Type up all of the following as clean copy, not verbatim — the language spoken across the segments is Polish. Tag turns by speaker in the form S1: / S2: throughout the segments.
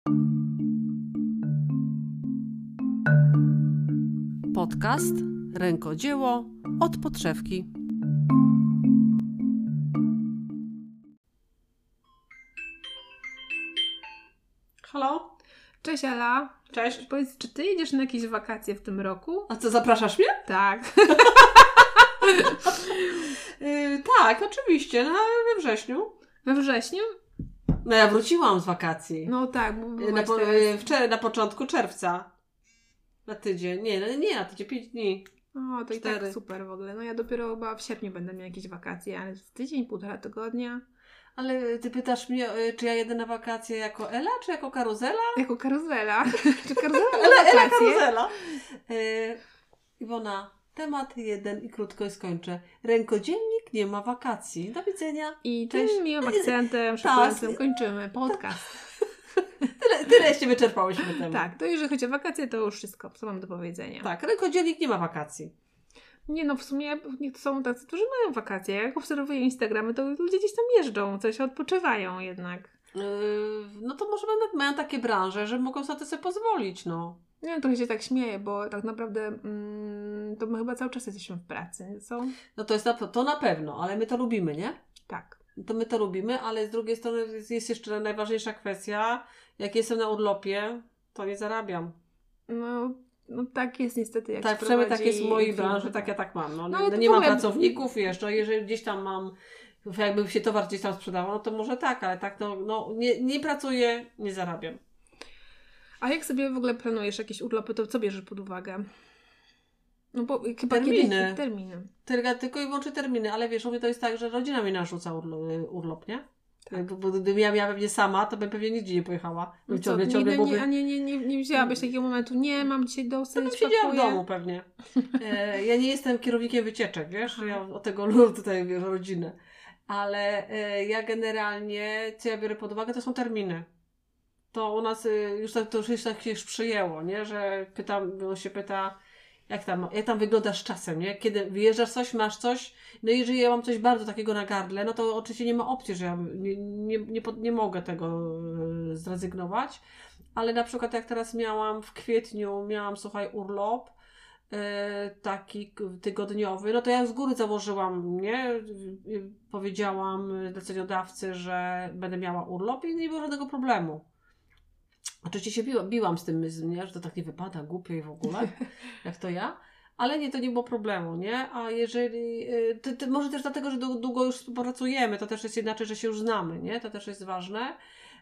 S1: Podcast Rękodzieło od podszewki.
S2: Halo?
S3: Cześć Ela.
S2: Cześć.
S3: Powiedz, czy ty jedziesz na jakieś wakacje w tym roku?
S2: A co, zapraszasz mnie?
S3: Tak.
S2: Tak, oczywiście, we wrześniu.
S3: We wrześniu?
S2: No ja wróciłam z wakacji.
S3: No tak. Bo
S2: na początku czerwca. Na tydzień. Nie na tydzień, 5 dni.
S3: O, to
S2: 4.
S3: i tak super w ogóle. No ja dopiero chyba w sierpniu będę miała jakieś wakacje, ale z tydzień, 1,5 tygodnia.
S2: Ale ty pytasz mnie, czy ja jedę na wakacje jako Ela, czy jako karuzela?
S3: Jako karuzela. Czy karuzela na
S2: Ela
S3: wakacje?
S2: karuzela. Iwona, temat 1 i krótko skończę. Rękodziennik nie ma wakacji. Do widzenia.
S3: I
S2: Cześć.
S3: tym miłym akcentem szokującym kończymy podcast.
S2: Tyle jeszcze wyczerpałyśmy temat.
S3: Tak, to jeżeli chodzi o wakacje, to już wszystko, co mam do powiedzenia.
S2: Tak, rękodziennik nie ma wakacji.
S3: Nie no, w sumie są tacy, którzy mają wakacje. Jak obserwuję Instagramy, to ludzie gdzieś tam jeżdżą, coś odpoczywają jednak.
S2: No to może mają takie branże, że mogą sobie pozwolić, no.
S3: Nie, trochę się tak śmieję, bo tak naprawdę to my chyba cały czas jesteśmy w pracy, co?
S2: No to na pewno, ale my to lubimy, nie?
S3: Tak.
S2: To my to lubimy, ale z drugiej strony jest jeszcze najważniejsza kwestia. Jak jestem na urlopie, to nie zarabiam.
S3: No tak jest niestety, jak
S2: tak,
S3: się
S2: przynajmniej
S3: prowadzi
S2: tak jest w mojej
S3: firmy,
S2: branży, tak ja tak mam. No,
S3: No,
S2: nie
S3: w
S2: mam
S3: ogóle-
S2: pracowników, wiesz, no jeżeli gdzieś tam mam, jakby się towar gdzieś tam sprzedawał, no to może tak, ale tak nie pracuję, nie zarabiam.
S3: A jak sobie w ogóle planujesz jakieś urlopy, to co bierzesz pod uwagę? No bo chyba
S2: Terminy.
S3: Terminy.
S2: Tylko i wyłącznie terminy, ale wiesz, u mnie to jest tak, że rodzina mi narzuca urlop, nie?
S3: Tak.
S2: Bo gdybym ja miała pewnie sama, to bym pewnie nigdzie nie pojechała.
S3: No co,
S2: ciągle byłoby...
S3: nie wzięłabyś takiego momentu, nie, mam dzisiaj dosyć,
S2: To bym siedziała w
S3: pakuję.
S2: domu pewnie. Ja nie jestem kierownikiem wycieczek, wiesz?
S3: Aha.
S2: Ja od tego lubię tutaj wiesz, rodzinę. Ale ja generalnie, co ja biorę pod uwagę, to są terminy. To u nas to już tak się przyjęło, nie? Że on się pyta, jak tam wyglądasz z czasem, nie? Kiedy wyjeżdżasz coś, masz coś, no i jeżeli ja mam coś bardzo takiego na gardle, no to oczywiście nie ma opcji, że ja nie mogę tego zrezygnować, ale na przykład jak teraz w kwietniu słuchaj, urlop taki tygodniowy, no to ja z góry założyłam, nie? Powiedziałam zleceniodawcy, że będę miała urlop i nie było żadnego problemu. Oczywiście się biłam z tym, nie? Że to tak nie wypada, głupio i w ogóle, jak to ja. Ale nie, to nie było problemu, nie? A jeżeli... może też dlatego, że długo już współpracujemy, to też jest inaczej, że się już znamy, nie? To też jest ważne.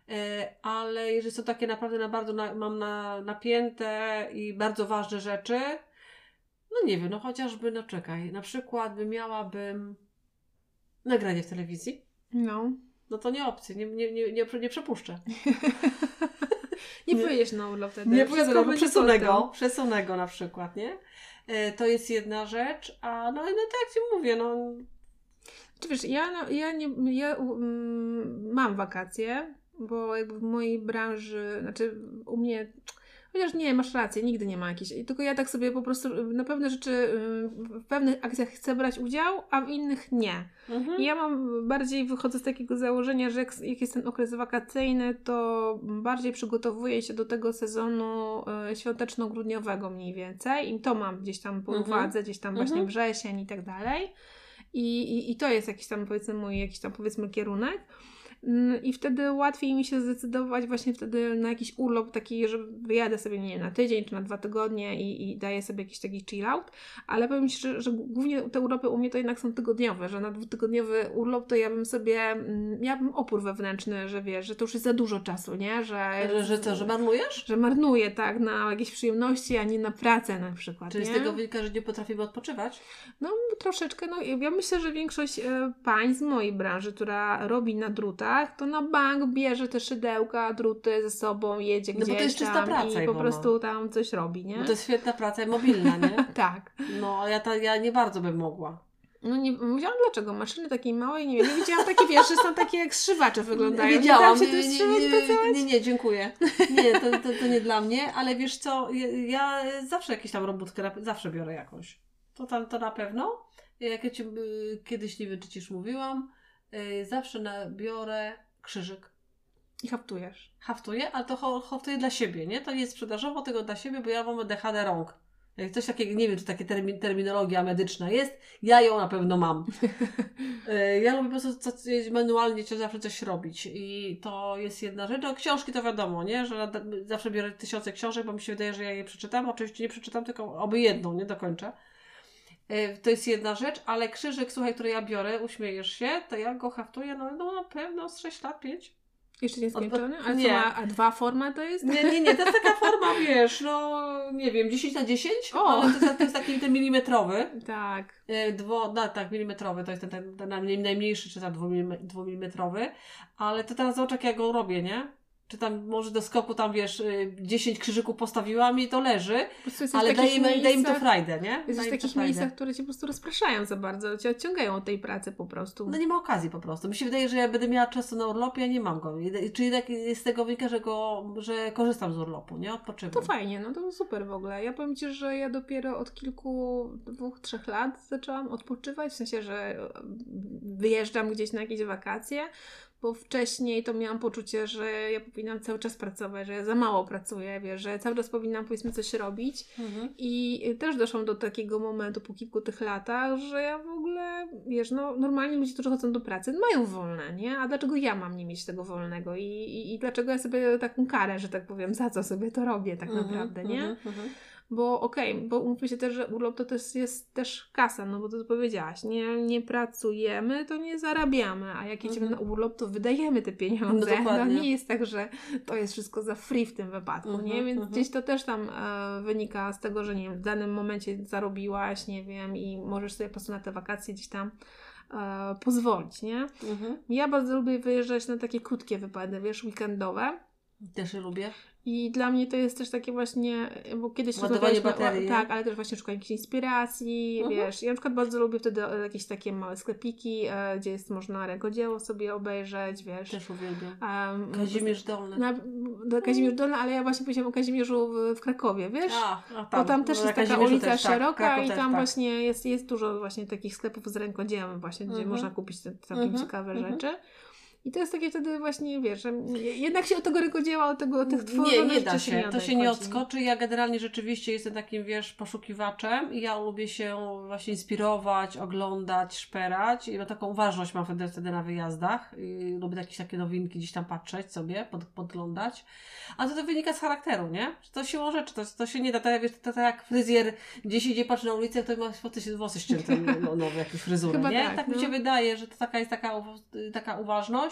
S2: Ale jeżeli są takie naprawdę mam napięte i bardzo ważne rzeczy, no nie wiem, no chociażby, no czekaj, na przykład miałabym nagranie w telewizji.
S3: No.
S2: No to nie opcji, nie przepuszczę.
S3: Nie pojedziesz na urlop wtedy.
S2: Nie
S3: Wszystko
S2: pojadę,
S3: będzie
S2: przesunę go na przykład, nie? To jest jedna rzecz, a no tak jak Ci mówię, no...
S3: Czy wiesz, mam wakacje, bo jakby w mojej branży, znaczy u mnie, chociaż nie, masz rację, nigdy nie ma jakichś, tylko ja tak sobie po prostu na pewne rzeczy, w pewnych akcjach chcę brać udział, a w innych nie. I ja bardziej wychodzę z takiego założenia, że jak jest ten okres wakacyjny, to bardziej przygotowuję się do tego sezonu świąteczno-grudniowego mniej więcej i to mam gdzieś tam po uwadze, gdzieś tam właśnie wrzesień i tak dalej. I to jest jakiś tam powiedzmy kierunek. I wtedy łatwiej mi się zdecydować właśnie wtedy na jakiś urlop taki, że wyjadę sobie, nie wiem, na tydzień czy na 2 tygodnie i daję sobie jakiś taki chill out, ale powiem Ci, że głównie te urlopy u mnie to jednak są tygodniowe, że na 2-tygodniowy urlop to ja bym sobie, miałabym opór wewnętrzny, że wiesz, że to już jest za dużo czasu, nie?
S2: Że marnujesz?
S3: Że marnuję, tak, na jakieś przyjemności, a nie na pracę na przykład,
S2: Czyli
S3: nie?
S2: z tego wynika, że nie potrafimy odpoczywać?
S3: No troszeczkę, no ja myślę, że większość pań z mojej branży, która robi na drutach, to na bank bierze te szydełka, druty ze sobą, jedzie gdzieś
S2: bo to jest czysta
S3: tam
S2: praca,
S3: i po prostu tam coś robi, nie?
S2: Bo to jest świetna praca mobilna, nie?
S3: Tak.
S2: No, ja nie bardzo bym mogła.
S3: No nie wiedziałam dlaczego. Maszyny takiej małej, nie wiem, nie widziałam takie, wiesz, że są takie jak strzywacze wyglądają.
S2: Wiedziałam.
S3: Nie,
S2: dziękuję. Nie, to nie dla mnie, ale wiesz co, ja zawsze jakieś tam robótkę, zawsze biorę jakąś. To na pewno. Jak ja Ci kiedyś, nie wiem, czy Ci już mówiłam, zawsze biorę krzyżyk.
S3: I haftujesz.
S2: Haftuję, ale to haftuję dla siebie, nie? To nie jest sprzedażowo, tylko dla siebie, bo ja mam ADHD rąk. Jak coś takiego, nie wiem, czy takie terminologia medyczna jest, ja ją na pewno mam. Ja lubię po prostu manualnie zawsze coś robić i to jest jedna rzecz. No, książki to wiadomo, nie? Że zawsze biorę 1000 książek, bo mi się wydaje, że ja je przeczytam. Oczywiście nie przeczytam, tylko oby jedną, nie dokończę. To jest jedna rzecz, ale krzyżyk, słuchaj, który ja biorę, uśmiejesz się, to ja go haftuję no na pewno z 6 lat, 5.
S3: Jeszcze nie skończony? Ale
S2: nie.
S3: co ma, a 2 forma to jest?
S2: Nie, to jest taka forma, wiesz, no nie wiem, 10x10, ale to jest taki ten milimetrowy.
S3: Tak.
S2: Tak, milimetrowy, to jest ten najmniejszy, czy tam 2-milimetrowy, ale to teraz zobacz, jak ja go robię, nie? Czy tam może do skoku tam, wiesz, 10 krzyżyków postawiłam i to leży, ale daje im to frajdę, nie?
S3: Jesteś w takich miejscach, które cię po prostu rozpraszają za bardzo, cię odciągają od tej pracy po prostu.
S2: No nie ma okazji po prostu. Mi się wydaje, że ja będę miała często na urlopie, a nie mam go. Czy jednak z tego wynika, że korzystam z urlopu, nie? Odpoczywam.
S3: To fajnie, no to super w ogóle. Ja powiem Ci, że ja dopiero od 2-3 lat zaczęłam odpoczywać, w sensie, że wyjeżdżam gdzieś na jakieś wakacje, bo wcześniej to miałam poczucie, że ja powinnam cały czas pracować, że ja za mało pracuję, wiesz, że cały czas powinnam, powiedzmy, coś robić. I też doszłam do takiego momentu po kilku tych latach, że ja w ogóle, wiesz, no normalnie ludzie, którzy chodzą do pracy, mają wolne, nie? A dlaczego ja mam nie mieć tego wolnego? I dlaczego ja sobie taką karę, że tak powiem, za co sobie to robię tak naprawdę, nie? Bo bo umówmy się też, że urlop to też jest też kasa, no bo to powiedziałaś, nie pracujemy, to nie zarabiamy, a jak jedziemy na urlop, to wydajemy te pieniądze. No nie jest tak, że to jest wszystko za free w tym wypadku, nie? Więc gdzieś to też tam wynika z tego, że nie wiem, w danym momencie zarobiłaś, nie wiem, i możesz sobie po prostu na te wakacje gdzieś tam pozwolić, nie? Ja bardzo lubię wyjeżdżać na takie krótkie wypady, wiesz, weekendowe.
S2: Też je lubię.
S3: I dla mnie to jest też takie właśnie, bo kiedyś
S2: ładowanie baterii.
S3: Tak, ale też właśnie szukam jakiejś inspiracji, wiesz. Ja na przykład bardzo lubię wtedy jakieś takie małe sklepiki, gdzie można rękodzieło sobie obejrzeć, wiesz.
S2: Też uwielbiam. Kazimierz Dolny.
S3: Kazimierz Dolny, ale ja właśnie powiedziałam o Kazimierzu w Krakowie, wiesz?
S2: Tam.
S3: Bo tam też jest taka ulica też, szeroka i tam
S2: też,
S3: właśnie jest dużo właśnie takich sklepów z rękodziełem właśnie, gdzie można kupić te całkiem ciekawe rzeczy. I to jest takie wtedy właśnie, wiesz, że jednak się od tego rękodzieła, od tych tworzonych
S2: nie da
S3: się.
S2: To się nie odskoczy. Ja generalnie rzeczywiście jestem takim, wiesz, poszukiwaczem i ja lubię się właśnie inspirować, oglądać, szperać i taką uważność mam wtedy na wyjazdach. I lubię jakieś takie nowinki gdzieś tam patrzeć sobie, podglądać. A to wynika z charakteru, nie? To siłą rzeczy, to się nie da. To jak fryzjer gdzieś idzie, patrzy na ulicę, to ma włosy ścięte, nowe jakieś fryzury,
S3: chyba
S2: nie?
S3: Tak,
S2: tak mi się wydaje, że to taka uważność.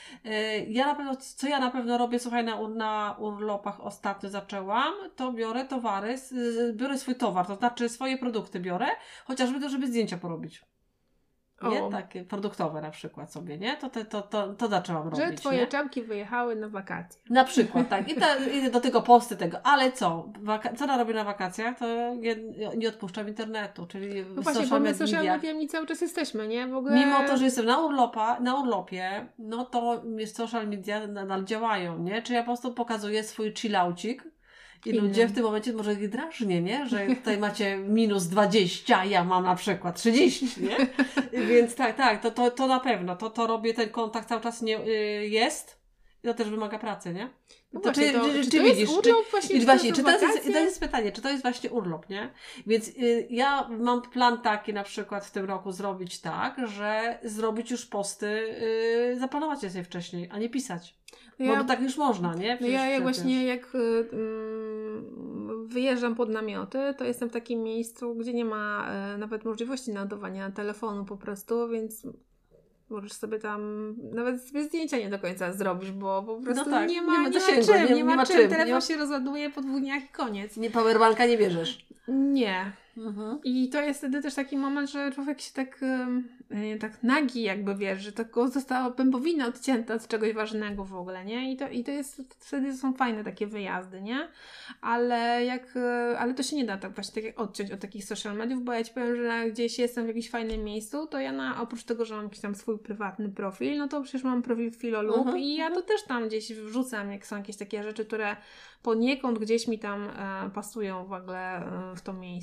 S2: Ja na pewno robię, słuchaj, na urlopach ostatnio zaczęłam, to biorę towary, biorę swój towar, to znaczy swoje produkty biorę, chociażby to, żeby zdjęcia porobić. Nie? Takie produktowe na przykład sobie, nie? To zaczęłam robić.
S3: Że twoje czapki wyjechały na wakacje.
S2: Na przykład, tak. I do tego posty tego. Ale co? Co ja robię na wakacjach? To nie odpuszczam internetu, czyli
S3: no właśnie, bo my social mediami cały czas jesteśmy, nie? W ogóle...
S2: Mimo to, że jestem na urlopie, no to social media nadal działają, nie? Czy ja po prostu pokazuję swój chillaucik i ludzie w tym momencie może ich drażnie, nie? Że tutaj macie minus 20, ja mam na przykład 30, nie? Więc tak, to na pewno. To robię, ten kontakt cały czas nie jest. I to też wymaga pracy, nie?
S3: No to właśnie, czy widzisz, jest urlop właśnie,
S2: to jest pytanie, czy to jest właśnie urlop, nie? Więc ja mam plan taki na przykład w tym roku zrobić tak, że zrobić już posty, zaplanować je sobie wcześniej, a nie pisać. Bo tak już można, nie?
S3: Jak wyjeżdżam pod namioty, to jestem w takim miejscu, gdzie nie ma nawet możliwości naładowania telefonu po prostu, więc możesz sobie tam nawet sobie zdjęcia nie do końca zrobisz, bo po prostu nie ma czym. Telefon się rozładuje po 2 dniach i koniec.
S2: Powerbanka nie bierzesz.
S3: Nie. I to jest wtedy też taki moment, że człowiek się tak nagi jakby, wiesz, że tylko została pępowina odcięta od czegoś ważnego w ogóle, nie? I to jest, wtedy są fajne takie wyjazdy, nie? Ale to się nie da tak właśnie tak odciąć od takich social mediów, bo ja Ci powiem, że gdzieś jestem w jakimś fajnym miejscu, to ja oprócz tego, że mam jakiś tam swój prywatny profil, no to przecież mam profil Filolub i ja to też tam gdzieś wrzucam, jak są jakieś takie rzeczy, które poniekąd gdzieś mi tam pasują w ogóle w to miejsce.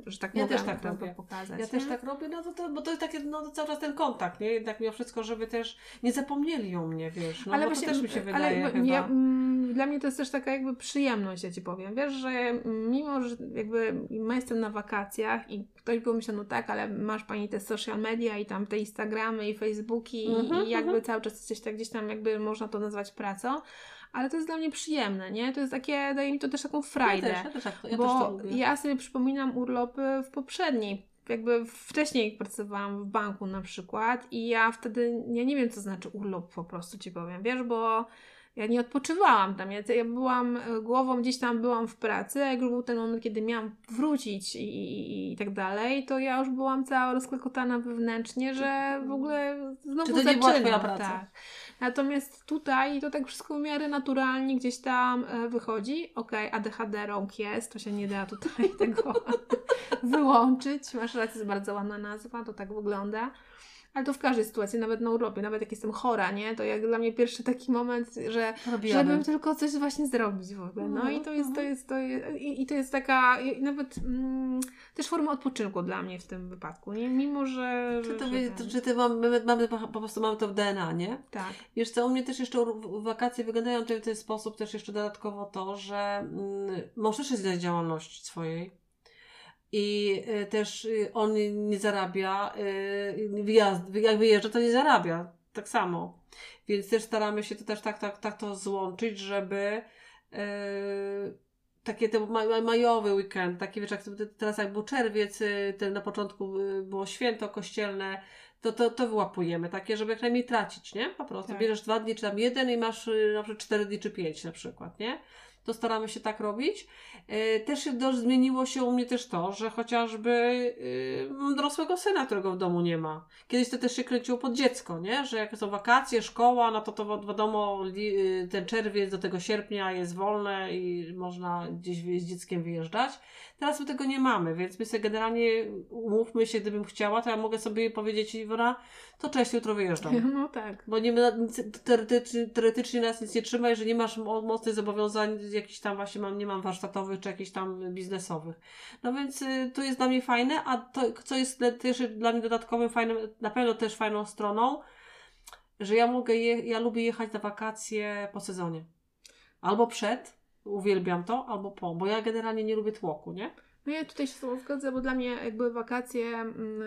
S3: że tak
S2: Ja
S3: mogę
S2: też tak
S3: to
S2: robię.
S3: pokazać.
S2: Ja też tak robię, no bo to jest takie, no to cały czas ten kontakt, nie? Jednak mimo wszystko, żeby też nie zapomnieli o mnie, wiesz, no
S3: ale
S2: bo
S3: właśnie,
S2: to też mi się wydaje chyba.
S3: Dla mnie to jest też taka jakby przyjemność, ja Ci powiem. Wiesz, że mimo, że jakby ja jestem na wakacjach i ktoś by myślał, no tak, ale masz Pani te social media i tam te Instagramy i Facebooki i jakby cały czas jesteś tak gdzieś tam jakby można to nazwać pracą, ale to jest dla mnie przyjemne, nie? To jest takie, daje mi to też taką frajdę.
S2: Ja też to
S3: bo
S2: lubię.
S3: ja sobie przypominam urlopy w poprzedniej, jakby wcześniej pracowałam w banku na przykład i ja wtedy, ja nie wiem co znaczy urlop po prostu Ci powiem, wiesz, bo ja nie odpoczywałam tam, ja byłam głową gdzieś tam, byłam w pracy, a jak był ten moment, kiedy miałam wrócić i tak dalej, to ja już byłam cała rozklekotana wewnętrznie, że w ogóle znowu
S2: Czy to nie była
S3: zaczynam.
S2: Twoja praca?
S3: Tak. Natomiast tutaj to tak wszystko w miarę naturalnie gdzieś tam wychodzi. Okej, ADHD rąk jest, to się nie da tutaj tego wyłączyć. Masz rację, jest bardzo ładna nazwa, to tak wygląda. Ale to w każdej sytuacji, nawet na urlopie, nawet jak jestem chora, nie? To jak dla mnie pierwszy taki moment, że żebym tylko coś właśnie zrobić w ogóle. No i to jest taka nawet też forma odpoczynku dla mnie w tym wypadku, nie? Mimo, że...
S2: My po prostu mamy to w DNA, nie?
S3: Tak.
S2: Wiesz co, u mnie też jeszcze wakacje wyglądają w ten sposób też jeszcze dodatkowo to, że mąż też jest na działalności swojej. I też on nie zarabia, jak wyjeżdża, to nie zarabia, tak samo. Więc też staramy się to też tak to złączyć, żeby takie to majowy weekend, taki wiesz, jak teraz jak był czerwiec, na początku było święto kościelne, to wyłapujemy, takie, żeby jak najmniej tracić, nie? Po prostu bierzesz 2 dni, czy tam 1 i masz na przykład 4 dni, czy 5 na przykład, nie? To staramy się tak robić. Też zmieniło się u mnie też to, że chociażby mam dorosłego syna, którego w domu nie ma. Kiedyś to też się kręciło pod dziecko, nie? Że jak są wakacje, szkoła, no to wiadomo, ten czerwiec do tego sierpnia jest wolne i można gdzieś z dzieckiem wyjeżdżać. Teraz my tego nie mamy, więc my sobie generalnie umówmy się, gdybym chciała, to ja mogę sobie powiedzieć, Iwona, to cześć, jutro wyjeżdżam.
S3: No tak.
S2: Bo teoretycznie nas nic nie trzyma, jeżeli nie masz mocnych zobowiązań, jakichś tam właśnie nie mam warsztatowych, czy jakichś tam biznesowych. No więc to jest dla mnie fajne, a to, co jest też dla mnie dodatkowym fajnym, na pewno też fajną stroną, że ja lubię jechać na wakacje po sezonie. Albo przed, uwielbiam to, albo po, bo ja generalnie nie lubię tłoku, nie?
S3: No ja tutaj się z Tobą zgodzę, bo dla mnie jakby wakacje,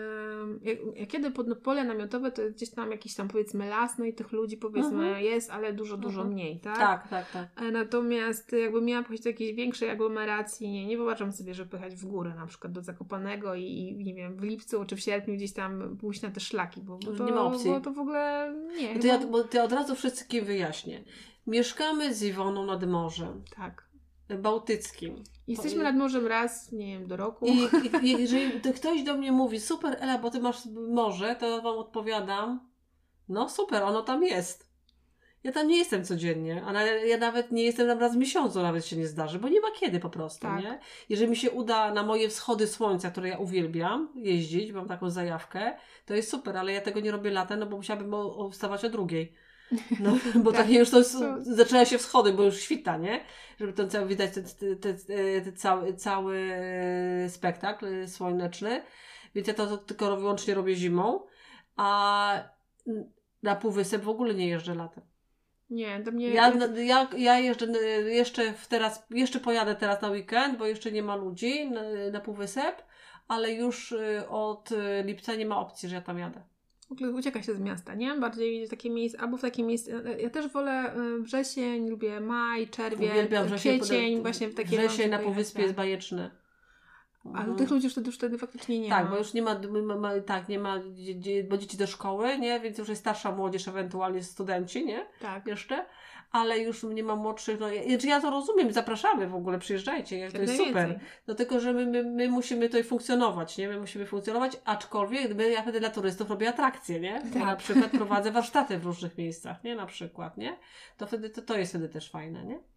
S3: jak kiedy pod pole namiotowe, to jest gdzieś tam jakiś tam powiedzmy las, no i tych ludzi powiedzmy jest, ale dużo mniej, tak?
S2: Tak.
S3: Natomiast jakby miała pójść do jakiejś większej aglomeracji, nie wyobrażam sobie, żeby pojechać w górę, na przykład do Zakopanego i nie wiem, w lipcu czy w sierpniu gdzieś tam pójść na te szlaki, bo to,
S2: nie ma opcji.
S3: Bo to w ogóle nie.
S2: To ja od razu wszystkim wyjaśnię. Mieszkamy z Iwoną nad morzem.
S3: Tak.
S2: Bałtyckim.
S3: Jesteśmy nad morzem raz, nie wiem, do roku.
S2: I jeżeli ktoś do mnie mówi, super Ela, bo ty masz morze, to ja wam odpowiadam, no super, ono tam jest. Ja tam nie jestem codziennie, ja nawet nie jestem tam raz w miesiącu, nawet się nie zdarzy, bo nie ma kiedy po prostu,
S3: tak.
S2: nie? Jeżeli mi się uda na moje wschody słońca, które ja uwielbiam jeździć, mam taką zajawkę, to jest super, ale ja tego nie robię latem, no bo musiałabym wstawać o 2:00. No, bo tak. Takie już zaczynają się wschody, bo już świta, nie? Żeby ten cały widać cały spektakl słoneczny. Więc ja to tylko wyłącznie robię zimą, a na Półwysep w ogóle nie jeżdżę latem.
S3: Nie, do mnie...
S2: Ja jeżdżę jeszcze pojadę teraz na weekend, bo jeszcze nie ma ludzi na Półwysep, ale już od lipca nie ma opcji, że ja tam jadę.
S3: W ogóle ucieka się z miasta, nie? Bardziej takie miejsce, albo w takie miejsce. Ja też wolę wrzesień, lubię maj, czerwiec, kwiecień, właśnie w takie.
S2: Wrzesień na Półwyspie jest bajeczny.
S3: Ale tych ludzi już wtedy faktycznie nie ma.
S2: Tak, bo już nie ma, bo dzieci do szkoły, nie? Więc już jest starsza młodzież, ewentualnie studenci, nie?
S3: Tak.
S2: Jeszcze. Ale już nie ma młodszych, ja to rozumiem, zapraszamy w ogóle, przyjeżdżajcie, to jest super. No tylko, że my musimy tutaj funkcjonować, nie? My musimy funkcjonować, aczkolwiek ja wtedy dla turystów robię atrakcje, nie? Tak. Ja na przykład prowadzę warsztaty w różnych miejscach, nie? Na przykład, nie? To wtedy to jest wtedy też fajne, nie?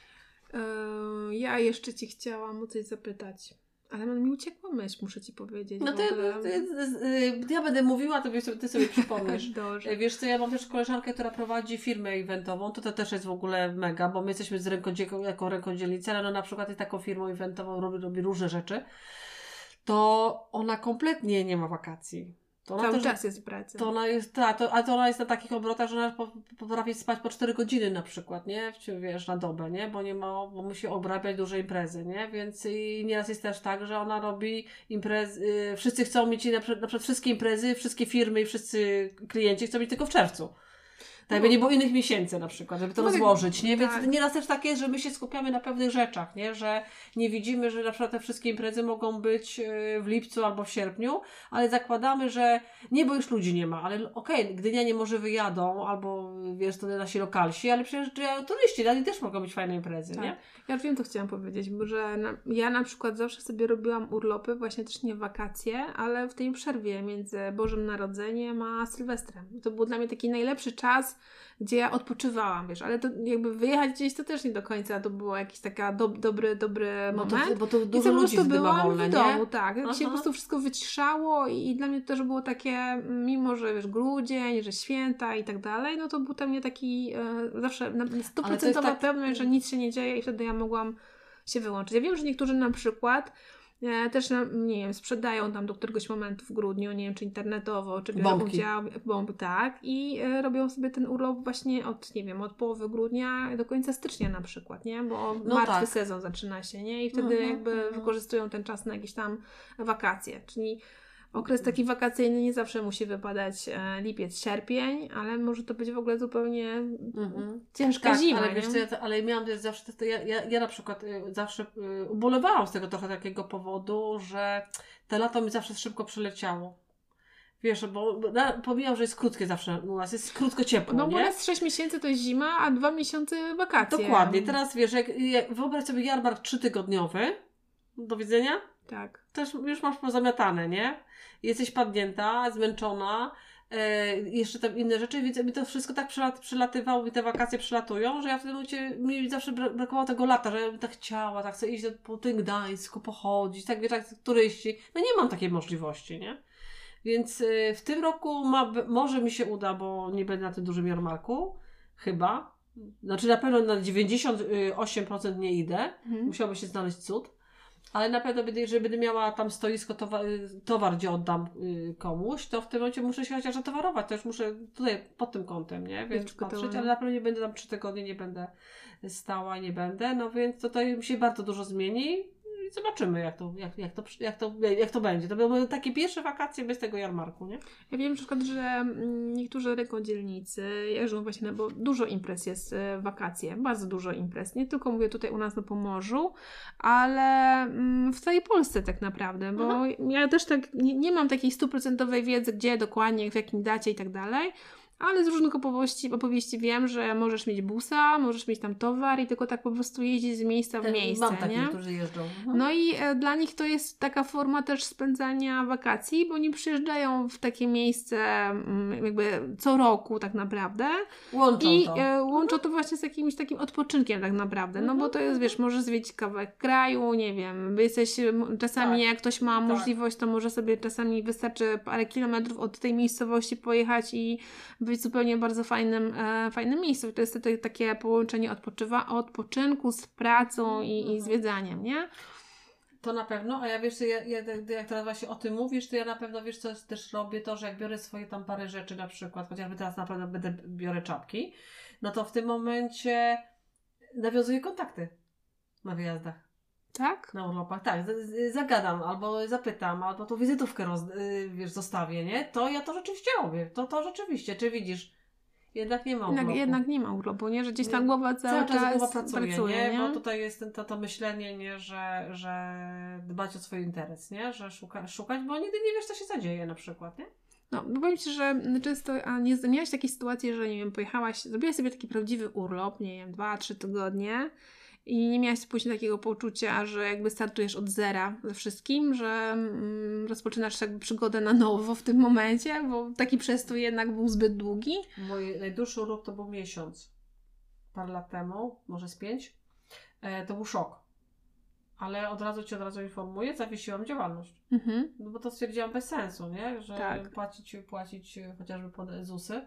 S3: Ja jeszcze Ci chciałam o coś zapytać. Ale mi uciekła myśl, muszę Ci powiedzieć.
S2: No to ja będę mówiła, to ty sobie przypomnisz.
S3: Dobrze.
S2: Wiesz co, ja mam też koleżankę, która prowadzi firmę eventową, to też jest w ogóle mega, bo my jesteśmy jako rękodzielnicy, ale na przykład jest taką firmą eventową, robi różne rzeczy. to ona kompletnie nie ma wakacji. To ona
S3: Cały
S2: też,
S3: czas jest w pracy.
S2: to ona jest, ale to ona jest na takich obrotach, że ona potrafi spać po 4 godziny na przykład, nie? Wiesz, na dobę, nie? Bo musi obrabiać duże imprezy, nie? Więc i nieraz jest też tak, że ona robi imprezy, wszyscy chcą mieć na przykład wszystkie imprezy, wszystkie firmy i wszyscy klienci chcą mieć tylko w czerwcu. Tak jakby nie było innych miesięcy na przykład, żeby to rozłożyć, nie? Więc
S3: tak.
S2: nieraz też tak jest, że my się skupiamy na pewnych rzeczach, nie? Że nie widzimy, że na przykład te wszystkie imprezy mogą być w lipcu albo w sierpniu, ale zakładamy, że nie, bo już ludzi nie ma, ale okej, Gdynianie może wyjadą, albo wiesz, to nasi lokalsi, ale przecież turyści, dla nich też mogą być fajne imprezy,
S3: Tak.
S2: nie?
S3: Ja już wiem, co chciałam powiedzieć, bo że ja na przykład zawsze sobie robiłam urlopy, właśnie też nie wakacje, ale w tej przerwie między Bożym Narodzeniem a Sylwestrem. To był dla mnie taki najlepszy czas, gdzie ja odpoczywałam, wiesz, ale to jakby wyjechać gdzieś to też nie do końca to było jakiś taka dobry moment.
S2: Bo to
S3: I
S2: dużo
S3: po
S2: ludzi
S3: prostu
S2: wtedy ma
S3: byłam
S2: wolne,
S3: w
S2: nie?
S3: domu, tak. Jak się
S2: Aha.
S3: po prostu wszystko wyciszało i dla mnie to też było takie, mimo że wiesz, grudzień, że święta i tak dalej, no to był dla mnie taki zawsze na 100%
S2: tak-
S3: pewność, że nic się nie dzieje i wtedy ja mogłam się wyłączyć. Ja wiem, że niektórzy na przykład też, nie wiem, sprzedają tam do któregoś momentu w grudniu, nie wiem, czy internetowo, czy biorą
S2: Bombki.
S3: udział, bomby, tak, i robią sobie ten urlop właśnie od, nie wiem, od połowy grudnia do końca stycznia na przykład, nie, bo
S2: No
S3: martwy
S2: tak.
S3: sezon zaczyna się, nie, i wtedy jakby wykorzystują ten czas na jakieś tam wakacje, czyli okres taki wakacyjny nie zawsze musi wypadać lipiec, sierpień, ale może to być w ogóle zupełnie ciężka
S2: Tak,
S3: zima,
S2: ale wiesz
S3: nie?
S2: co, ale miałam też zawsze, ja na przykład zawsze ubolewałam z tego trochę takiego powodu, że te lato mi zawsze szybko przeleciało. Wiesz, bo pomijam, że jest krótkie zawsze u nas, jest krótko ciepło,
S3: No bo
S2: nie?
S3: raz 6 miesięcy to jest zima, a 2 miesiące wakacje.
S2: Dokładnie. Teraz wiesz, jak wyobraź sobie jarmark 3-tygodniowy, do widzenia,
S3: Tak.
S2: też już masz pozamiatane, nie? Jesteś padnięta, zmęczona, jeszcze tam inne rzeczy, więc mi to wszystko tak przelatywało, mi te wakacje przelatują, że ja w tym momencie, mi zawsze brakowało tego lata, że ja bym tak chciała, tak chcę iść po tym Gdańsku, pochodzić, tak wiesz, jak turyści. No nie mam takiej możliwości, nie? Więc w tym roku może mi się uda, bo nie będę na tym dużym jarmarku, chyba. Znaczy na pewno na 98% nie idę, musiałby się znaleźć cud. Ale na pewno, jeżeli będę miała tam stoisko, towar gdzie oddam komuś, to w tym momencie muszę się chociaż zatowarować. To już muszę tutaj pod tym kątem, nie? Więc patrzeć, ale na pewno nie będę tam 3 tygodnie, nie będę stała, nie będę. No więc tutaj mi się bardzo dużo zmieni i zobaczymy, jak to będzie. To będą takie pierwsze wakacje bez tego jarmarku, nie?
S3: Ja wiem na przykład, że niektórzy rękodzielnicy jeżdżą właśnie, bo dużo imprez jest w wakacje, bardzo dużo imprez. Nie tylko mówię tutaj u nas na Pomorzu, ale w całej Polsce tak naprawdę, bo ja też tak nie mam takiej 100% wiedzy, gdzie dokładnie, w jakim dacie i tak dalej. Ale z różnych opowieści wiem, że możesz mieć busa, możesz mieć tam towar i tylko tak po prostu jeździć z miejsca w miejsce,
S2: Mam takich,
S3: nie?
S2: którzy jeżdżą.
S3: No i dla nich to jest taka forma też spędzania wakacji, bo oni przyjeżdżają w takie miejsce jakby co roku tak naprawdę. Łączą to właśnie z jakimś takim odpoczynkiem tak naprawdę, no bo to jest, wiesz, możesz zwiedzić kawałek kraju, nie wiem, jesteś czasami jak ktoś ma możliwość, to może sobie czasami wystarczy parę kilometrów od tej miejscowości pojechać i być zupełnie bardzo fajnym miejscu. To jest takie połączenie odpoczynku z pracą i zwiedzaniem, nie?
S2: To na pewno, a ja wiesz, jak teraz właśnie o tym mówisz, to ja na pewno, wiesz, co też robię, to, że jak biorę swoje tam parę rzeczy na przykład, chociażby teraz na pewno biorę czapki, no to w tym momencie nawiązuję kontakty na wyjazdach.
S3: Tak?
S2: Na urlopach, tak. Zagadam, albo zapytam, albo tą wizytówkę zostawię, nie? To ja to rzeczywiście robię. To rzeczywiście. Czy widzisz? Jednak nie ma urlopu.
S3: Jednak nie ma urlopu, nie? Że gdzieś tam głowa cały czas
S2: głowa pracuje,
S3: nie?
S2: Bo tutaj jest to myślenie, nie? Że dbać o swój interes, nie? Że szukać, bo nigdy nie wiesz, co się zadzieje na przykład, nie?
S3: No, bo powiem Ci, że często nie miałaś takiej sytuacji, że nie wiem, zrobiłaś sobie taki prawdziwy urlop, nie wiem, 2-3 tygodnie i nie miałaś później takiego poczucia, że jakby startujesz od zera ze wszystkim, że rozpoczynasz jakby przygodę na nowo w tym momencie, bo taki przestój jednak był zbyt długi.
S2: Mój najdłuższy urlop to był miesiąc. Parę lat temu, może z 5. To był szok. Ale od razu informuję, zawiesiłam działalność. No bo to stwierdziłam bez sensu, nie? Że płacić chociażby pod ZUS-y.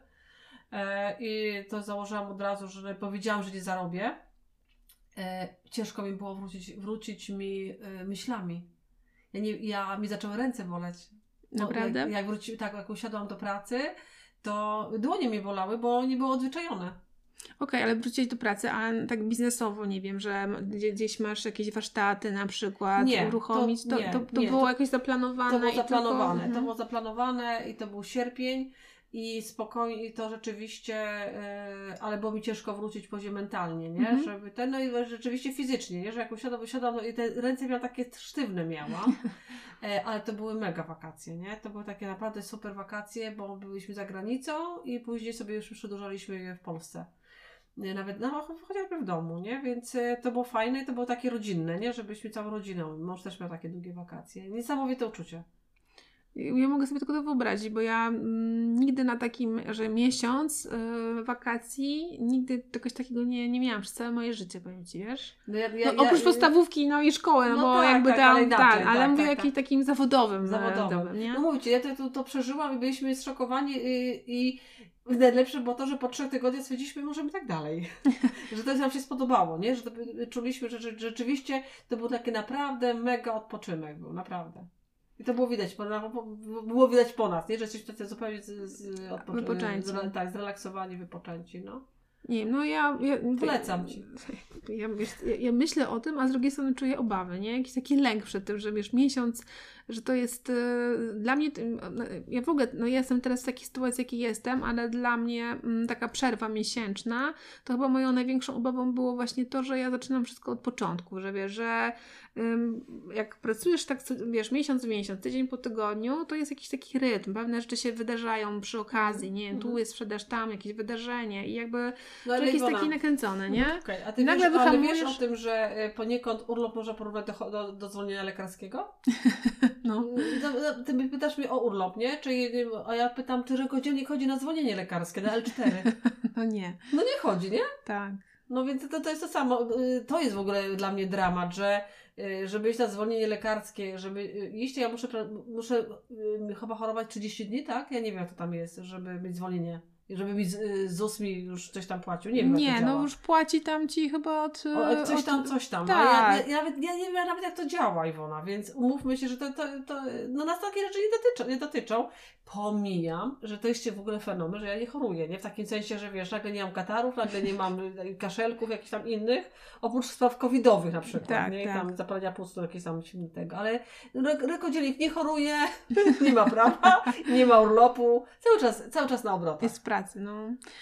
S2: I to założyłam od razu, że powiedziałam, że nie zarobię. Ciężko mi było wrócić mi myślami. Mi zaczęły ręce boleć.
S3: Naprawdę?
S2: Jak usiadłam do pracy, to dłonie mi bolały, bo nie były odzwyczajone.
S3: Okej, ale wróciłeś do pracy, a tak biznesowo, nie wiem, że gdzieś masz jakieś warsztaty na przykład uruchomić, to było jakoś zaplanowane?
S2: To było zaplanowane,
S3: tylko...
S2: to było zaplanowane i to był sierpień i spokojnie, i to rzeczywiście, ale było mi ciężko wrócić poziom mentalnie, nie? Żeby no i rzeczywiście fizycznie, nie? Że jak usiadłam, no i te ręce miałam takie sztywne miałam, ale to były mega wakacje, nie? To były takie naprawdę super wakacje, bo byliśmy za granicą i później sobie już przedłużaliśmy je w Polsce. Nawet chociażby w domu, nie? Więc to było fajne i to było takie rodzinne, nie? Żebyśmy całą rodziną, mąż też miał takie długie wakacje. Niesamowite uczucie.
S3: Ja mogę sobie tylko to wyobrazić, bo ja nigdy na takim, że miesiąc wakacji, nigdy czegoś takiego nie miałam przez całe moje życie, powiem Ci, wiesz? Oprócz podstawówki, i szkoły, bo
S2: tak,
S3: jakby
S2: tak,
S3: tam,
S2: ale inaczej,
S3: ale mówię o
S2: tak.
S3: jakimś takim zawodowym, nie?
S2: No mówię Ci, ja to przeżyłam i byliśmy zszokowani i najlepsze było to, że po 3 tygodniach stwierdziliśmy, możemy tak dalej. Że to nam się spodobało, nie? Że czuliśmy, że rzeczywiście to był taki naprawdę mega odpoczynek, był naprawdę. I to było widać, było widać po nas, nie? Że jesteśmy tacy zupełnie
S3: wypoczęci.
S2: Zrelaksowani, wypoczęci, no.
S3: Nie, no
S2: polecam Ci.
S3: Ja myślę o tym, a z drugiej strony czuję obawy, nie? Jakiś taki lęk przed tym, że wiesz, miesiąc, że to jest dla mnie, ja w ogóle, ja jestem teraz w takiej sytuacji, jakiej jestem, ale dla mnie taka przerwa miesięczna, to chyba moją największą obawą było właśnie to, że ja zaczynam wszystko od początku, że wiesz, że jak pracujesz tak, wiesz, miesiąc w miesiąc, tydzień po tygodniu, to jest jakiś taki rytm, pewne rzeczy się wydarzają przy okazji, nie wiem, tu jest sprzedaż, tam jakieś wydarzenie i jakby człowiek jest taki nakręcony, nie?
S2: Okay. A ty
S3: nagle
S2: wiesz o tym, że poniekąd urlop można porównać do zwolnienia lekarskiego?
S3: No.
S2: Ty pytasz mnie o urlop, nie? A ja pytam, czy rękodzielnik chodzi na zwolnienie lekarskie, na L4?
S3: No nie.
S2: No nie chodzi, nie?
S3: Tak.
S2: No więc to jest to samo. To jest w ogóle dla mnie dramat, że żeby iść na zwolnienie lekarskie, jeśli ja muszę chyba chorować 30 dni, tak? Ja nie wiem, jak to tam jest, żeby mieć zwolnienie. Żeby mi ZUS mi już coś tam płacił. Nie wiem, jak to działa.
S3: No już płaci tam Ci chyba od...
S2: Coś tam.
S3: Tak.
S2: Ja nie wiem nawet, jak to działa, Iwona, więc umówmy się, że no nas takie rzeczy nie dotyczą. Pomijam, że to jest w ogóle fenomen, że ja nie choruję, nie? W takim sensie, że wiesz, nagle nie mam katarów, nagle nie mam kaszelków jakichś tam innych, oprócz spraw covidowych na przykład,
S3: tak,
S2: nie?
S3: Tak.
S2: Tam zapalenia płuc, jakieś tam tego, ale rękodzielnik nie choruje, nie ma prawa, nie ma urlopu, cały czas na obrotach.
S3: Jest w pracy, no.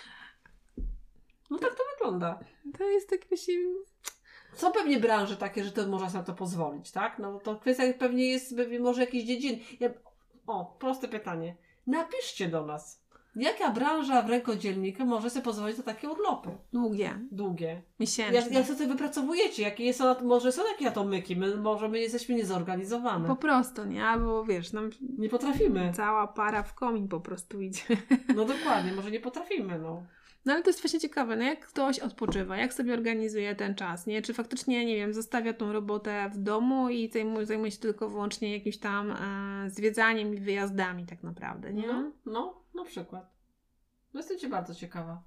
S2: No tak to wygląda.
S3: To jest tak właśnie...
S2: Są pewnie branże takie, że to można sobie na to pozwolić, tak? No to kwestia pewnie jest, może jakiś dziedzin. Proste pytanie. Napiszcie do nas. Jaka branża w rękodzielniku może sobie pozwolić na takie urlopy? Długie.
S3: Miesięczne.
S2: Jak sobie wypracowujecie? Może są jakieś atomyki? Może my jesteśmy niezorganizowane.
S3: Po prostu, nie? Albo wiesz, nam...
S2: Nie potrafimy.
S3: Cała para w komin po prostu idzie.
S2: No dokładnie, może nie potrafimy, no.
S3: No ale to jest właśnie ciekawe, no jak ktoś odpoczywa, jak sobie organizuje ten czas, nie? Czy faktycznie, nie wiem, zostawia tą robotę w domu i zajmuje się tylko wyłącznie jakimś tam zwiedzaniem i wyjazdami tak naprawdę, nie?
S2: No, na przykład. No jestem Ci bardzo ciekawa.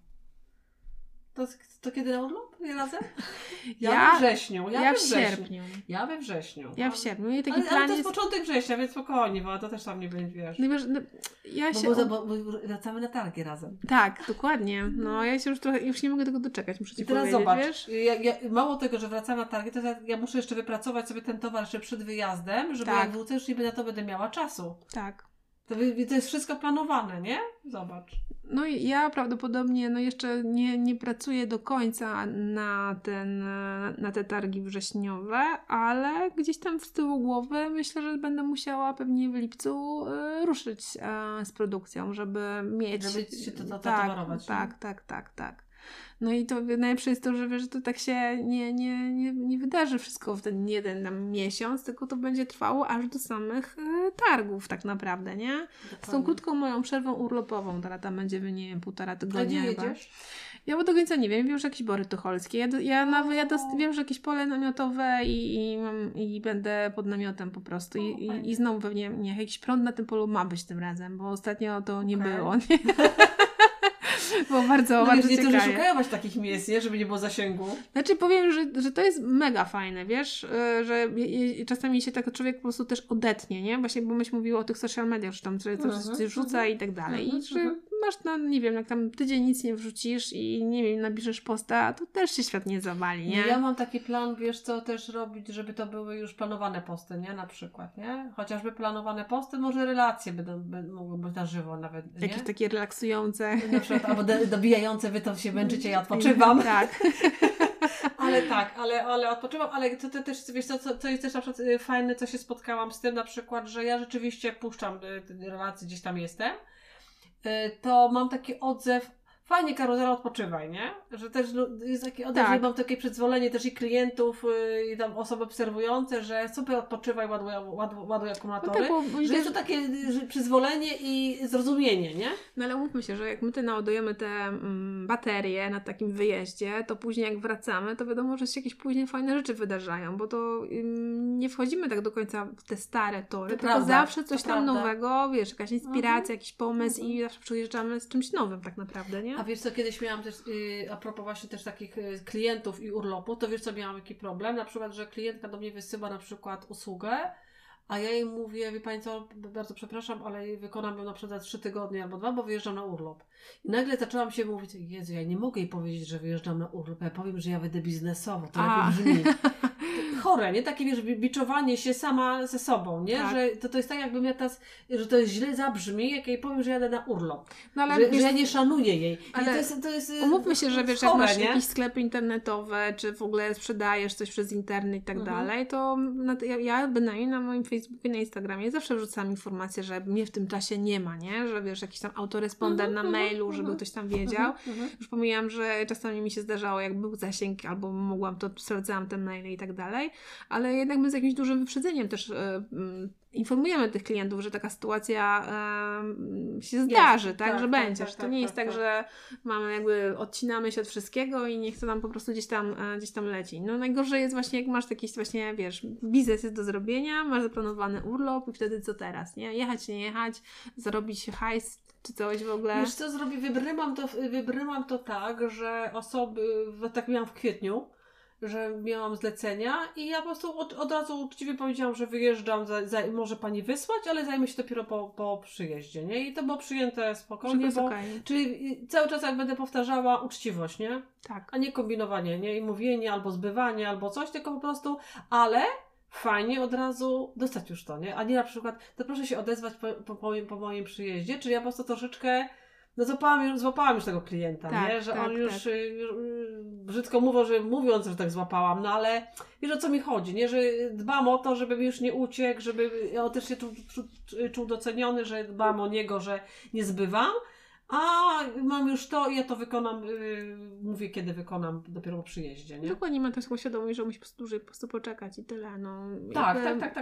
S2: To kiedy na urlop? Razem? Ja we wrześniu.
S3: Ja w sierpniu.
S2: Ja we wrześniu.
S3: Ja w sierpniu. I taki
S2: ale
S3: plan
S2: to jest początek września, więc spokojnie, bo to też tam nie będzie, wiesz.
S3: No wiesz,
S2: bo wracamy na targi razem.
S3: Tak, dokładnie. No ja się już nie mogę tego doczekać, muszę Ci
S2: I teraz
S3: powiedzieć,
S2: zobacz,
S3: wiesz?
S2: mało tego, że wracamy na targi, to ja muszę jeszcze wypracować sobie ten towar jeszcze przed wyjazdem, żeby jak wrócę, już na to będę miała czasu. Tak. To jest wszystko planowane, nie? Zobacz.
S3: No i ja prawdopodobnie jeszcze nie pracuję do końca na te targi wrześniowe, ale gdzieś tam z tyłu głowy myślę, że będę musiała pewnie w lipcu ruszyć z produkcją, żeby mieć...
S2: Żeby się to zatowarować.
S3: Tak. No i to najlepsze jest to, że wiesz, że to tak się nie wydarzy wszystko w ten jeden tam miesiąc, tylko to będzie trwało aż do samych targów tak naprawdę, nie? Dokładnie. Z tą krótką moją przerwą urlopową, która tam będzie, nie wiem, 1,5 tygodnia.
S2: A gdzie jedziesz?
S3: Ja do końca nie wiem, wiem, że jakieś Bory Tucholskie. Wiem, że jakieś pole namiotowe i będę pod namiotem po prostu. I znowu pewnie jakiś prąd na tym polu ma być tym razem, bo ostatnio to nie było. Nie? Było bardzo,
S2: No
S3: bardzo
S2: wiesz, niektórzy
S3: ciekawie.
S2: szukają właśnie takich miejsc, nie? Żeby nie było zasięgu.
S3: Znaczy powiem, że to jest mega fajne, wiesz, że czasami się tak człowiek po prostu też odetnie, nie? Właśnie, bo myśmy mówiły o tych social mediach, że tam coś rzuca i tak dalej. I że masz, no nie wiem, jak tam tydzień nic nie wrzucisz i nie wiem, napiszesz posta, to też się świat nie zawali, nie?
S2: Ja mam taki plan, wiesz co też robić, żeby to były już planowane posty, nie? Na przykład, nie? Chociażby planowane posty, może relacje mogą być na żywo nawet, nie?
S3: Jakieś takie relaksujące.
S2: Na przykład, albo dobijające, wy to się męczycie, ja odpoczywam.
S3: Tak.
S2: Ale odpoczywam, ale to też, wiesz co jest też na przykład fajne, co się spotkałam z tym na przykład, że ja rzeczywiście jak puszczam relacje, gdzieś tam jestem, to mam taki odzew, fajnie Karuzela, odpoczywaj, nie? Że też jest taki odzew,
S3: Tak.
S2: że mam takie przyzwolenie też i klientów, i tam osoby obserwujące, że super odpoczywaj, ładuj akumulatory,
S3: No tak, bo
S2: że jest to takie przyzwolenie i zrozumienie, nie?
S3: No ale umówmy się, że jak my naładujemy te baterie na takim wyjeździe, to później jak wracamy, to wiadomo, że się jakieś później fajne rzeczy wydarzają, bo to nie wchodzimy tak do końca w te stare tory,
S2: To
S3: tylko
S2: prawda,
S3: zawsze coś
S2: to
S3: tam
S2: prawda.
S3: nowego, wiesz, jakaś inspiracja, jakiś pomysł i zawsze przyjeżdżamy z czymś nowym tak naprawdę, nie?
S2: A wiesz co, kiedyś miałam też, a propos właśnie też takich klientów i urlopu, to wiesz co, miałam jaki problem? Na przykład, że klientka do mnie wysyła na przykład usługę, a ja jej mówię, wie Pani co, bardzo przepraszam, ale wykonam ją na przykład za 3 tygodnie albo 2, bo wyjeżdżam na urlop. I nagle zaczęłam się mówić, Jezu, ja nie mogę jej powiedzieć, że wyjeżdżam na urlop, ja powiem, że ja wyjdę biznesowo, to lepiej brzmi. Chore, nie? Takie, wiesz, biczowanie się sama ze sobą, nie?
S3: Tak.
S2: Że to jest tak, jakbym ja teraz, że to źle zabrzmi, jak jej powiem, że jadę na urlop.
S3: No ale
S2: że
S3: wiesz,
S2: ja nie szanuję jej.
S3: ale
S2: to jest
S3: umówmy się, że wiesz,
S2: chore,
S3: jak masz
S2: nie?
S3: jakieś sklepy internetowe, czy w ogóle sprzedajesz coś przez internet i tak dalej, to ja bynajmniej na moim Facebooku i na Instagramie zawsze wrzucam informację, że mnie w tym czasie nie ma, nie? Że wiesz, jakiś tam autorespondent na mailu, żeby ktoś tam wiedział. Już pomijam, że czasami mi się zdarzało, jak był zasięg, albo mogłam, to sprawdzałam te maile i tak dalej, ale jednak my z jakimś dużym wyprzedzeniem też informujemy tych klientów, że taka sytuacja się zdarzy, tak, że będzie. Że to nie jest tak, że mamy jakby odcinamy się od wszystkiego i niech to nam po prostu gdzieś tam leci. No najgorzej jest właśnie, jak masz jakiś właśnie, wiesz, biznes jest do zrobienia, masz zaplanowany urlop i wtedy co teraz, nie? Jechać, nie jechać, zarobić hajs czy coś w ogóle.
S2: Wiesz co zrobię? Wybrnęłam to tak, że osoby, tak miałam w kwietniu, że miałam zlecenia i ja po prostu od razu uczciwie powiedziałam, że wyjeżdżam, może Pani wysłać, ale zajmę się dopiero po przyjeździe, nie? I to było przyjęte spokojnie, czyli cały czas jak będę powtarzała uczciwość, nie?
S3: Tak.
S2: A nie kombinowanie, nie? I mówienie, albo zbywanie, albo coś, tylko po prostu, ale fajnie od razu dostać już to, nie? A nie na przykład, to proszę się odezwać po moim przyjeździe, czyli ja po prostu troszeczkę złapałam już tego klienta,
S3: tak,
S2: nie? Że
S3: tak,
S2: on już brzydko mówiąc, że tak złapałam, no ale wiesz o co mi chodzi, nie? Że dbam o to, żeby mi już nie uciekł, żeby on też się czuł doceniony, że dbam o niego, że nie zbywam, a mam już to i ja to wykonam, mówię kiedy wykonam dopiero po przyjeździe, nie?
S3: Dokładnie, ma też świadomość, że musi dłużej po prostu poczekać i tyle, no.
S2: Tak.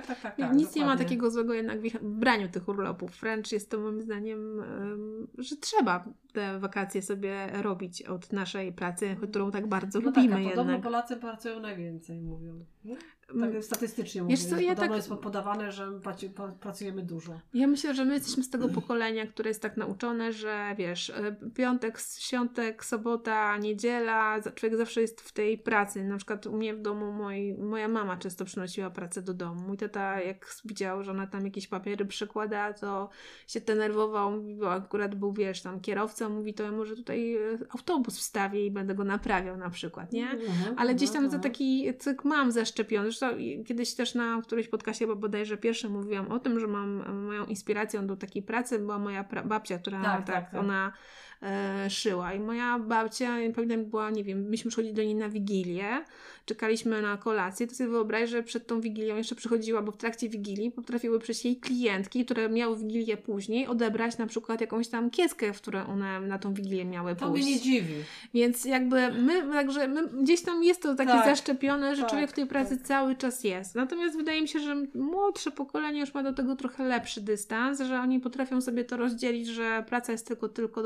S3: Nic nie ma takiego złego jednak w braniu tych urlopów. Wręcz jest to moim zdaniem, że trzeba te wakacje sobie robić od naszej pracy, którą tak bardzo lubimy
S2: tak,
S3: jednak.
S2: podobno Polacy pracują najwięcej, mówią. Nie? Tak statystycznie
S3: Wiesz
S2: mówię.
S3: co, ja
S2: podobno
S3: tak...
S2: jest podawane, że pracujemy dużo.
S3: Ja myślę, że my jesteśmy z tego pokolenia, które jest tak nauczone, że wiesz, piątek, świątek, sobota, niedziela, człowiek zawsze jest w tej pracy. Na przykład u mnie w domu moja mama często przynosiła pracę do domu. Mój tata jak widział, że ona tam jakieś papiery przykłada, to się denerwował, bo akurat był, wiesz, tam kierowcą, mówi, to ja może tutaj autobus wstawię i będę go naprawiał na przykład, nie? Ale gdzieś tam za taki cykl mam zaszczepiony. Zresztą kiedyś też na którymś podcastie, bo bodajże pierwszy mówiłam o tym, że mam moją inspiracją do takiej pracy, była moja babcia, która ona szyła. I moja babcia, pamiętam, była, nie wiem, myśmy przychodzili do niej na Wigilię, czekaliśmy na kolację, to sobie wyobraź, że przed tą Wigilią jeszcze przychodziła, bo w trakcie Wigilii potrafiły przyjść jej klientki, które miały Wigilię później, odebrać na przykład jakąś tam kieskę, w której one na tą Wigilię miały pójść.
S2: To mnie nie dziwi.
S3: Więc jakby my gdzieś tam jest to takie zaszczepione, że człowiek w tej pracy cały czas jest. Natomiast wydaje mi się, że młodsze pokolenie już ma do tego trochę lepszy dystans, że oni potrafią sobie to rozdzielić, że praca jest tylko do tego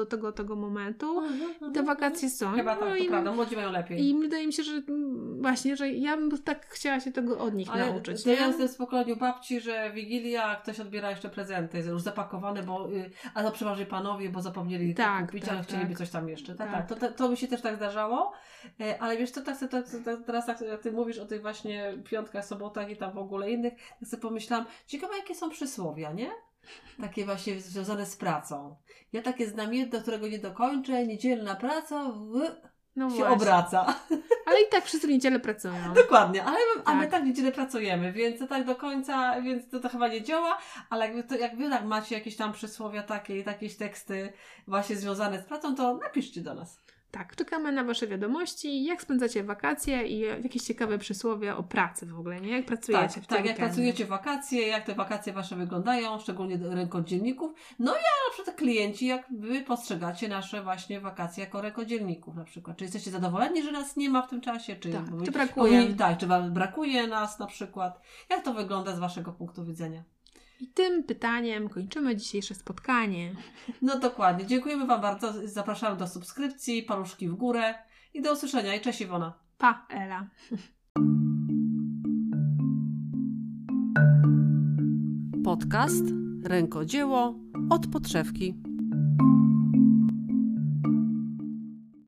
S3: tego momentu. I te wakacje są.
S2: Chyba tak, to
S3: i,
S2: prawda, młodzi mają lepiej.
S3: I wydaje mi się, że właśnie, że ja bym tak chciała się tego od nich
S2: Ale
S3: nauczyć.
S2: to
S3: Nie?
S2: ja jestem w pokoleniu babci, że Wigilia, ktoś odbiera jeszcze prezenty, już zapakowane, bo a to przeważnie panowie, bo zapomnieli kupić, ale chcieliby coś tam jeszcze. Tak. To mi się też tak zdarzało, ale wiesz, teraz tak, jak ty mówisz o tych właśnie piątkach, sobotach i tam w ogóle innych, to sobie pomyślałam, ciekawe jakie są przysłowia, nie? Takie właśnie związane z pracą. Ja takie znam jedno, którego nie dokończę, niedzielna praca
S3: No
S2: się
S3: właśnie.
S2: obraca.
S3: Ale i tak wszyscy w niedzielę pracują.
S2: Dokładnie, a my tak w niedzielę pracujemy, więc to tak do końca, więc to chyba nie działa, ale jak wy tak macie jakieś tam przysłowia takie, jakieś teksty właśnie związane z pracą, to napiszcie do nas.
S3: Tak, czekamy na Wasze wiadomości, jak spędzacie wakacje i jakieś ciekawe przysłowie o pracy w ogóle, nie? Jak pracujecie w
S2: Tak, jak pracujecie w wakacje, jak te wakacje Wasze wyglądają, szczególnie rękodzielników. No i na przykład klienci, jak Wy postrzegacie nasze właśnie wakacje jako rękodzielników na przykład. Czy jesteście zadowoleni, że nas nie ma w tym czasie? Czy
S3: brakuje?
S2: Czy Wam brakuje nas na przykład? Jak to wygląda z Waszego punktu widzenia?
S3: I tym pytaniem kończymy dzisiejsze spotkanie.
S2: No dokładnie. Dziękujemy Wam bardzo. Zapraszamy do subskrypcji, paluszki w górę i do usłyszenia. I cześć Iwona.
S3: Pa, Ela.
S1: Podcast Rękodzieło od podszewki.